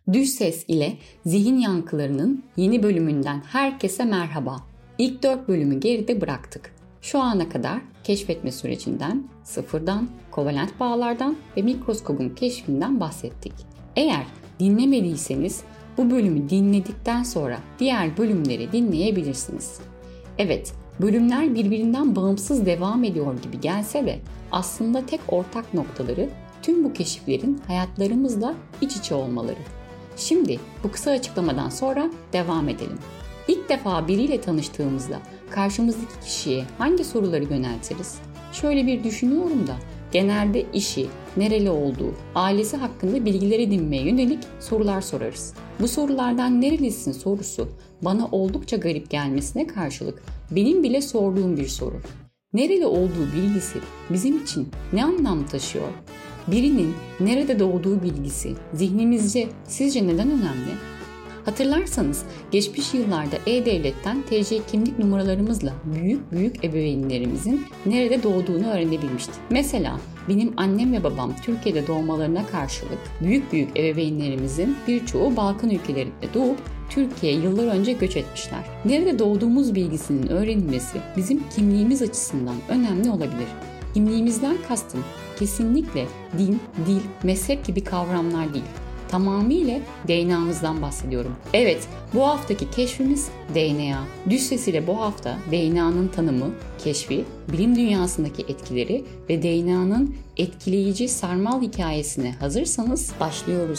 Düş ses ile zihin yankılarının yeni bölümünden herkese merhaba. İlk 4 bölümü geride bıraktık. Şu ana kadar keşfetme sürecinden, sıfırdan, kovalent bağlardan ve mikroskobun keşfinden bahsettik. Eğer dinlemediyseniz bu bölümü dinledikten sonra diğer bölümleri dinleyebilirsiniz. Evet, bölümler birbirinden bağımsız devam ediyor gibi gelse de aslında tek ortak noktaları tüm bu keşiflerin hayatlarımızla iç içe olmaları. Şimdi bu kısa açıklamadan sonra devam edelim. İlk defa biriyle tanıştığımızda karşımızdaki kişiye hangi soruları yöneltiriz? Şöyle bir düşünüyorum da genelde işi, nereli olduğu, ailesi hakkında bilgiler edinmeye yönelik sorular sorarız. Bu sorulardan nerelisin sorusu bana oldukça garip gelmesine karşılık benim bile sorduğum bir soru. Nereli olduğu bilgisi bizim için ne anlam taşıyor? Birinin nerede doğduğu bilgisi zihnimizce sizce neden önemli? Hatırlarsanız geçmiş yıllarda E-Devlet'ten TC kimlik numaralarımızla büyük ebeveynlerimizin nerede doğduğunu öğrenebilmiştik. Mesela benim annem ve babam Türkiye'de doğmalarına karşılık büyük ebeveynlerimizin birçoğu Balkan ülkelerinde doğup Türkiye'ye yıllar önce göç etmişler. Nerede doğduğumuz bilgisinin öğrenilmesi bizim kimliğimiz açısından önemli olabilir. Kimliğimizden kastım kesinlikle din, dil, mezhep gibi kavramlar değil. Tamamıyla DNA'mızdan bahsediyorum. Evet, bu haftaki keşfimiz DNA. Düş sesiyle bu hafta DNA'nın tanımı, keşfi, bilim dünyasındaki etkileri ve DNA'nın etkileyici sarmal hikayesine hazırsanız başlıyoruz.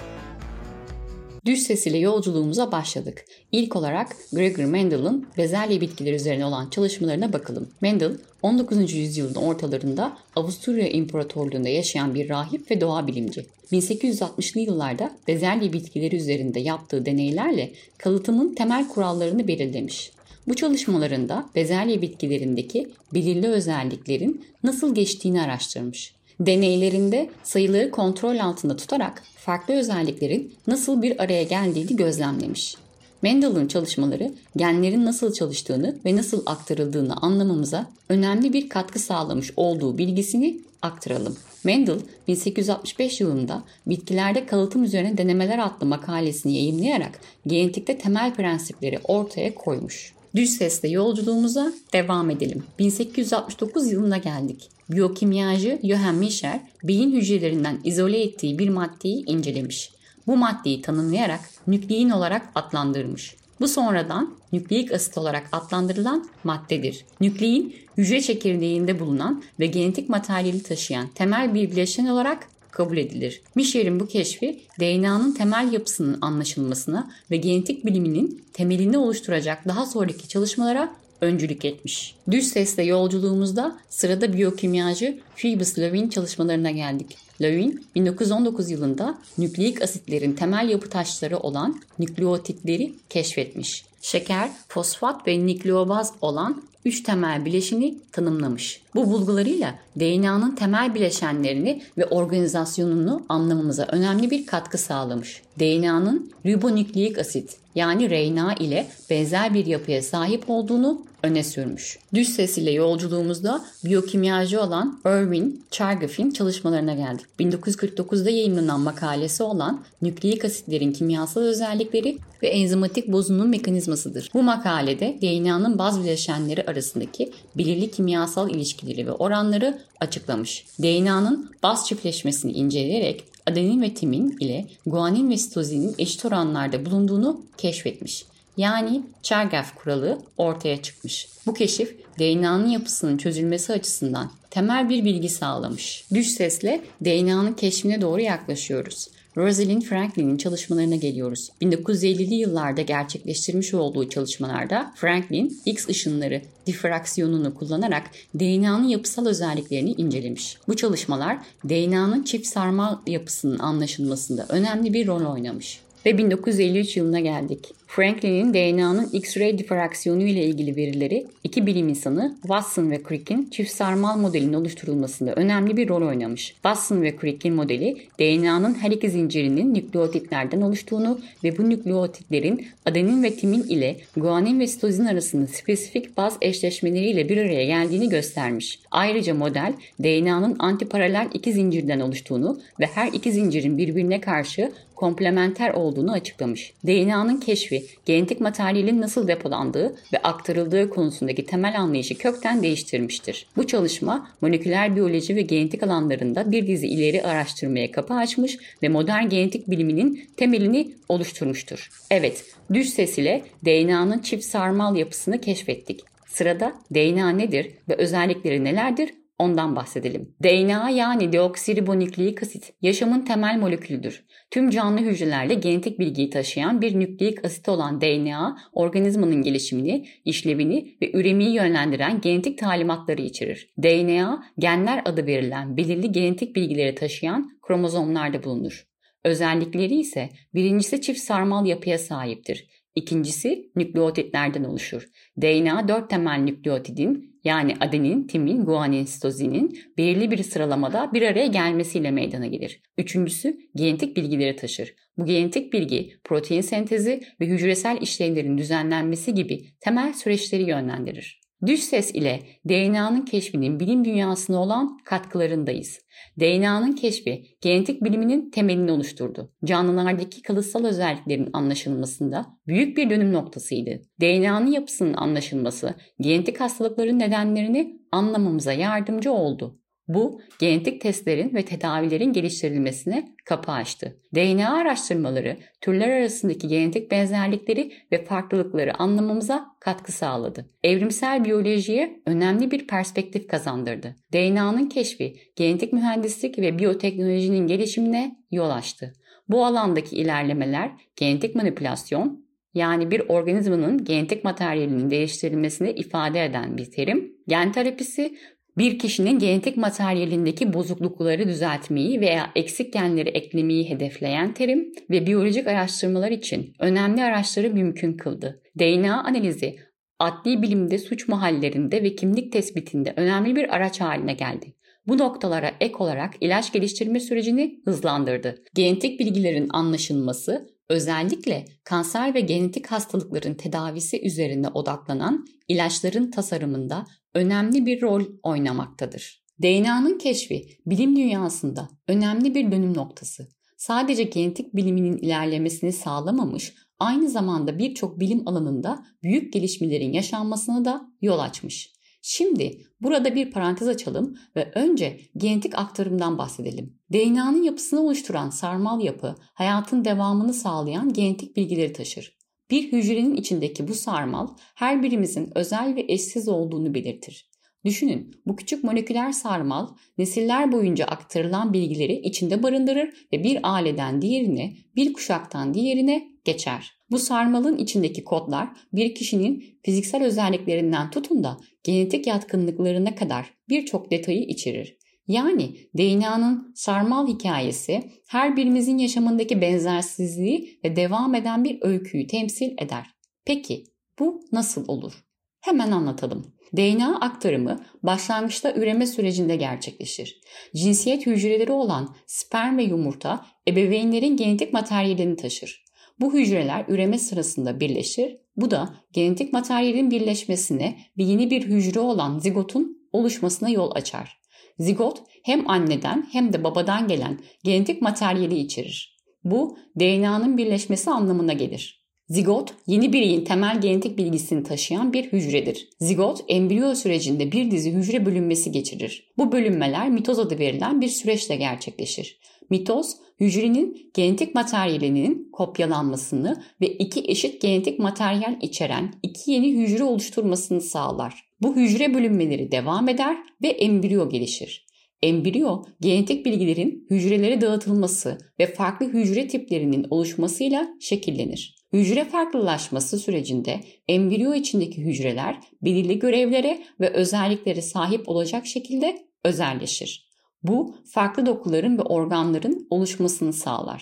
Düş sesiyle yolculuğumuza başladık. İlk olarak Gregor Mendel'ın bezelye bitkileri üzerine olan çalışmalarına bakalım. Mendel, 19. yüzyılın ortalarında Avusturya İmparatorluğu'nda yaşayan bir rahip ve doğa bilimci. 1860'lı yıllarda bezelye bitkileri üzerinde yaptığı deneylerle kalıtımın temel kurallarını belirlemiş. Bu çalışmalarında bezelye bitkilerindeki belirli özelliklerin nasıl geçtiğini araştırmış. Deneylerinde sayıları kontrol altında tutarak farklı özelliklerin nasıl bir araya geldiğini gözlemlemiş. Mendel'ın çalışmaları genlerin nasıl çalıştığını ve nasıl aktarıldığını anlamamıza önemli bir katkı sağlamış olduğu bilgisini aktaralım. Mendel 1865 yılında Bitkilerde Kalıtım Üzerine Denemeler adlı makalesini yayımlayarak genetikte temel prensipleri ortaya koymuş. Düş sesle yolculuğumuza devam edelim. 1869 yılına geldik. Biyokimyacı Johann Michel, beyin hücrelerinden izole ettiği bir maddeyi incelemiş. Bu maddeyi tanımlayarak nüklein olarak adlandırmış. Bu sonradan nükleik asit olarak adlandırılan maddedir. Nüklein, hücre çekirdeğinde bulunan ve genetik materyali taşıyan temel bir bileşen olarak kabul edilir. Michel'in bu keşfi DNA'nın temel yapısının anlaşılmasına ve genetik biliminin temelini oluşturacak daha sonraki çalışmalara öncülük etmiş. Düş sesle yolculuğumuzda sırada biyokimyacı Phoebus Lovein çalışmalarına geldik. Lovein 1919 yılında nükleik asitlerin temel yapı taşları olan nükleotitleri keşfetmiş. Şeker, fosfat ve nükleobaz olan 3 temel bileşeni tanımlamış. Bu bulgularıyla DNA'nın temel bileşenlerini ve organizasyonunu anlamamıza önemli bir katkı sağlamış. DNA'nın ribonükleik asit yani RNA ile benzer bir yapıya sahip olduğunu öne sürmüş. Düş sesiyle yolculuğumuzda biyokimyacı olan Erwin Chargaff'in çalışmalarına geldik. 1949'da yayımlanan makalesi olan nükleik asitlerin kimyasal özellikleri ve enzimatik bozunum mekanizmasıdır. Bu makalede DNA'nın baz bileşenleri arasındaki belirli kimyasal ilişkileri ve oranları açıklamış. DNA'nın baz çiftleşmesini inceleyerek adenin ve timin ile guanin ve sitozinin eşit oranlarda bulunduğunu keşfetmiş. Yani Chargaff kuralı ortaya çıkmış. Bu keşif DNA'nın yapısının çözülmesi açısından temel bir bilgi sağlamış. Düş sesle DNA'nın keşfine doğru yaklaşıyoruz. Rosalind Franklin'in çalışmalarına geliyoruz. 1950'li yıllarda gerçekleştirmiş olduğu çalışmalarda Franklin X ışınları difraksiyonunu kullanarak DNA'nın yapısal özelliklerini incelemiş. Bu çalışmalar DNA'nın çift sarmal yapısının anlaşılmasında önemli bir rol oynamış. Ve 1953 yılına geldik. Franklin'in DNA'nın X-ray difraksiyonu ile ilgili verileri iki bilim insanı Watson ve Crick'in çift sarmal modelinin oluşturulmasında önemli bir rol oynamış. Watson ve Crick'in modeli DNA'nın her iki zincirinin nükleotitlerden oluştuğunu ve bu nükleotitlerin adenin ve timin ile guanin ve sitozin arasında spesifik baz eşleşmeleriyle bir araya geldiğini göstermiş. Ayrıca model DNA'nın antiparalel iki zincirden oluştuğunu ve her iki zincirin birbirine karşı komplementer olduğunu açıklamış. DNA'nın keşfi, genetik materyalin nasıl depolandığı ve aktarıldığı konusundaki temel anlayışı kökten değiştirmiştir. Bu çalışma, moleküler biyoloji ve genetik alanlarında bir dizi ileri araştırmaya kapı açmış ve modern genetik biliminin temelini oluşturmuştur. Evet, düz ses ile DNA'nın çift sarmal yapısını keşfettik. Sırada DNA nedir ve özellikleri nelerdir? Ondan bahsedelim. DNA yani deoksiribonükleik asit yaşamın temel molekülüdür. Tüm canlı hücrelerle genetik bilgiyi taşıyan bir nükleik asit olan DNA, organizmanın gelişimini, işlevini ve üremiyi yönlendiren genetik talimatları içerir. DNA, genler adı verilen belirli genetik bilgileri taşıyan kromozomlarda bulunur. Özellikleri ise birincisi çift sarmal yapıya sahiptir. İkincisi nükleotitlerden oluşur. DNA 4 temel nükleotidin yani adenin, timin, guanin, sitozinin belirli bir sıralamada bir araya gelmesiyle meydana gelir. Üçüncüsü genetik bilgileri taşır. Bu genetik bilgi protein sentezi ve hücresel işlevlerin düzenlenmesi gibi temel süreçleri yönlendirir. Düz ses ile DNA'nın keşfinin bilim dünyasına olan katkılarındayız. DNA'nın keşfi genetik biliminin temelini oluşturdu. Canlılardaki kalıtsal özelliklerin anlaşılmasında büyük bir dönüm noktasıydı. DNA'nın yapısının anlaşılması genetik hastalıkların nedenlerini anlamamıza yardımcı oldu. Bu, genetik testlerin ve tedavilerin geliştirilmesine kapı açtı. DNA araştırmaları, türler arasındaki genetik benzerlikleri ve farklılıkları anlamamıza katkı sağladı. Evrimsel biyolojiye önemli bir perspektif kazandırdı. DNA'nın keşfi, genetik mühendislik ve biyoteknolojinin gelişimine yol açtı. Bu alandaki ilerlemeler, genetik manipülasyon, yani bir organizmanın genetik materyalinin değiştirilmesini ifade eden bir terim, gen terapisi, bir kişinin genetik materyalindeki bozuklukları düzeltmeyi veya eksik genleri eklemeyi hedefleyen terim ve biyolojik araştırmalar için önemli araçları mümkün kıldı. DNA analizi, adli bilimde suç mahallerinde ve kimlik tespitinde önemli bir araç haline geldi. Bu noktalara ek olarak ilaç geliştirme sürecini hızlandırdı. Genetik bilgilerin anlaşılması, özellikle kanser ve genetik hastalıkların tedavisi üzerine odaklanan ilaçların tasarımında önemli bir rol oynamaktadır. DNA'nın keşfi bilim dünyasında önemli bir dönüm noktası. Sadece genetik biliminin ilerlemesini sağlamamış, aynı zamanda birçok bilim alanında büyük gelişmelerin yaşanmasına da yol açmış. Şimdi burada bir parantez açalım ve önce genetik aktarımdan bahsedelim. DNA'nın yapısını oluşturan sarmal yapı, hayatın devamını sağlayan genetik bilgileri taşır. Bir hücrenin içindeki bu sarmal, her birimizin özel ve eşsiz olduğunu belirtir. Düşünün, bu küçük moleküler sarmal, nesiller boyunca aktarılan bilgileri içinde barındırır ve bir aileden diğerine, bir kuşaktan diğerine geçer. Bu sarmalın içindeki kodlar bir kişinin fiziksel özelliklerinden tutun da genetik yatkınlıklarına kadar birçok detayı içerir. Yani DNA'nın sarmal hikayesi her birimizin yaşamındaki benzersizliği ve devam eden bir öyküyü temsil eder. Peki bu nasıl olur? Hemen anlatalım. DNA aktarımı başlangıçta üreme sürecinde gerçekleşir. Cinsiyet hücreleri olan sperm ve yumurta ebeveynlerin genetik materyalini taşır. Bu hücreler üreme sırasında birleşir. Bu da genetik materyalin birleşmesine ve yeni bir hücre olan zigotun oluşmasına yol açar. Zigot hem anneden hem de babadan gelen genetik materyali içerir. Bu DNA'nın birleşmesi anlamına gelir. Zigot, yeni bireyin temel genetik bilgisini taşıyan bir hücredir. Zigot, embriyo sürecinde bir dizi hücre bölünmesi geçirir. Bu bölünmeler mitoz adı verilen bir süreçle gerçekleşir. Mitoz, hücrenin genetik materyalinin kopyalanmasını ve iki eşit genetik materyal içeren iki yeni hücre oluşturmasını sağlar. Bu hücre bölünmeleri devam eder ve embriyo gelişir. Embriyo, genetik bilgilerin hücrelere dağıtılması ve farklı hücre tiplerinin oluşmasıyla şekillenir. Hücre farklılaşması sürecinde embriyo içindeki hücreler belirli görevlere ve özelliklere sahip olacak şekilde özelleşir. Bu, farklı dokuların ve organların oluşmasını sağlar.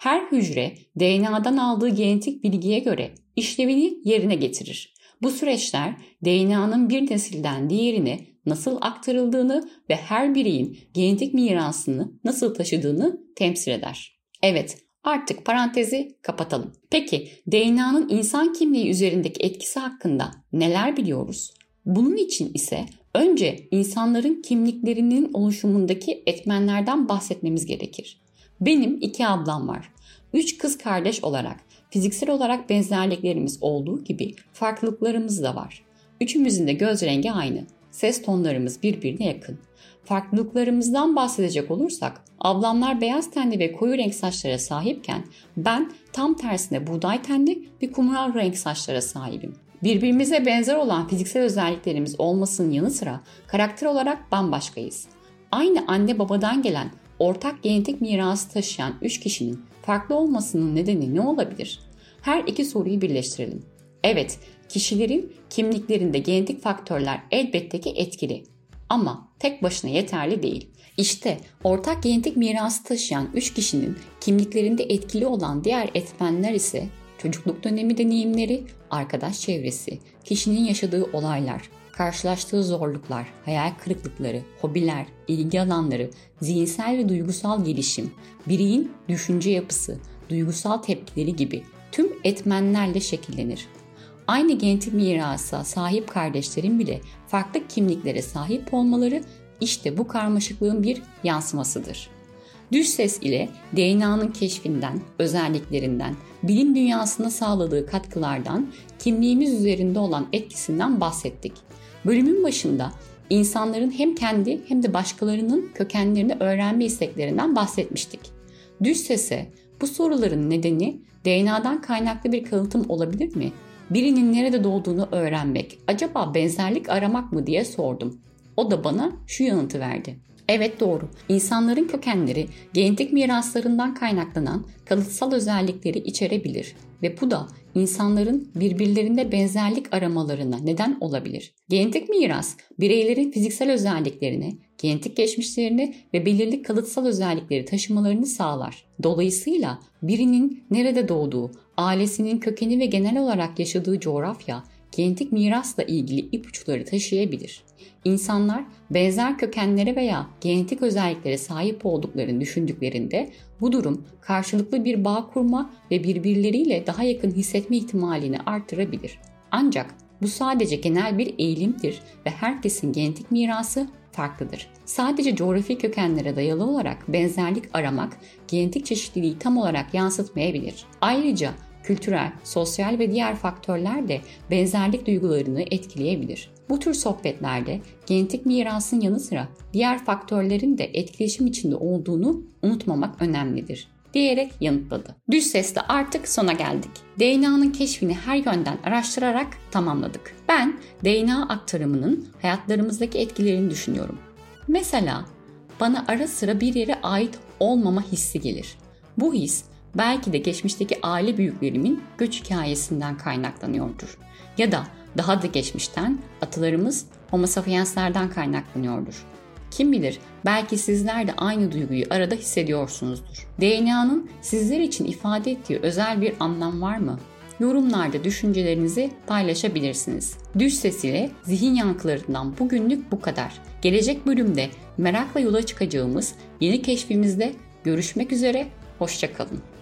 Her hücre DNA'dan aldığı genetik bilgiye göre işlevini yerine getirir. Bu süreçler DNA'nın bir nesilden diğerine nasıl aktarıldığını ve her bireyin genetik mirasını nasıl taşıdığını temsil eder. Evet, artık parantezi kapatalım. Peki DNA'nın insan kimliği üzerindeki etkisi hakkında neler biliyoruz? Bunun için ise önce insanların kimliklerinin oluşumundaki etmenlerden bahsetmemiz gerekir. Benim 2 ablam var. 3 kız kardeş olarak fiziksel olarak benzerliklerimiz olduğu gibi farklılıklarımız da var. Üçümüzün de göz rengi aynı. Ses tonlarımız birbirine yakın. Farklılıklarımızdan bahsedecek olursak ablamlar beyaz tenli ve koyu renk saçlara sahipken ben tam tersine buğday tenli ve kumral renk saçlara sahibim. Birbirimize benzer olan fiziksel özelliklerimiz olmasının yanı sıra karakter olarak bambaşkayız. Aynı anne babadan gelen ortak genetik mirası taşıyan 3 kişinin farklı olmasının nedeni ne olabilir? Her iki soruyu birleştirelim. Evet, kişilerin kimliklerinde genetik faktörler elbette ki etkili. Ama tek başına yeterli değil. İşte ortak genetik mirası taşıyan 3 kişinin kimliklerinde etkili olan diğer etmenler ise çocukluk dönemi deneyimleri, arkadaş çevresi, kişinin yaşadığı olaylar, karşılaştığı zorluklar, hayal kırıklıkları, hobiler, ilgi alanları, zihinsel ve duygusal gelişim, bireyin düşünce yapısı, duygusal tepkileri gibi tüm etmenlerle şekillenir. Aynı genetik mirasa sahip kardeşlerin bile farklı kimliklere sahip olmaları işte bu karmaşıklığın bir yansımasıdır. Düş ses ile DNA'nın keşfinden, özelliklerinden, bilim dünyasına sağladığı katkılardan, kimliğimiz üzerinde olan etkisinden bahsettik. Bölümün başında insanların hem kendi hem de başkalarının kökenlerini öğrenme isteklerinden bahsetmiştik. Düş sese bu soruların nedeni DNA'dan kaynaklı bir kalıtım olabilir mi? Birinin nerede doğduğunu öğrenmek, acaba benzerlik aramak mı diye sordum. O da bana şu yanıtı verdi. Evet doğru. İnsanların kökenleri genetik miraslarından kaynaklanan kalıtsal özellikleri içerebilir ve bu da insanların birbirlerinde benzerlik aramalarına neden olabilir. Genetik miras bireylerin fiziksel özelliklerini, genetik geçmişlerini ve belirli kalıtsal özellikleri taşımalarını sağlar. Dolayısıyla birinin nerede doğduğu, ailesinin kökeni ve genel olarak yaşadığı coğrafya genetik mirasla ilgili ipuçları taşıyabilir. İnsanlar benzer kökenlere veya genetik özelliklere sahip olduklarını düşündüklerinde bu durum karşılıklı bir bağ kurma ve birbirleriyle daha yakın hissetme ihtimalini artırabilir. Ancak bu sadece genel bir eğilimdir ve herkesin genetik mirası farklıdır. Sadece coğrafi kökenlere dayalı olarak benzerlik aramak genetik çeşitliliği tam olarak yansıtmayabilir. Ayrıca kültürel, sosyal ve diğer faktörler de benzerlik duygularını etkileyebilir. Bu tür sohbetlerde genetik mirasın yanı sıra diğer faktörlerin de etkileşim içinde olduğunu unutmamak önemlidir diyerek yanıtladı. Düş sesle artık sona geldik. DNA'nın keşfini her yönden araştırarak tamamladık. Ben DNA aktarımının hayatlarımızdaki etkilerini düşünüyorum. Mesela bana ara sıra bir yere ait olmama hissi gelir. Bu his belki de geçmişteki aile büyüklerimin göç hikayesinden kaynaklanıyordur. Ya da daha da geçmişten atalarımız Homo sapienslerden kaynaklanıyordur. Kim bilir belki sizler de aynı duyguyu arada hissediyorsunuzdur. DNA'nın sizler için ifade ettiği özel bir anlam var mı? Yorumlarda düşüncelerinizi paylaşabilirsiniz. Düş sesiyle zihin yankılarından bugünlük bu kadar. Gelecek bölümde merakla yola çıkacağımız yeni keşfimizde görüşmek üzere, hoşça kalın.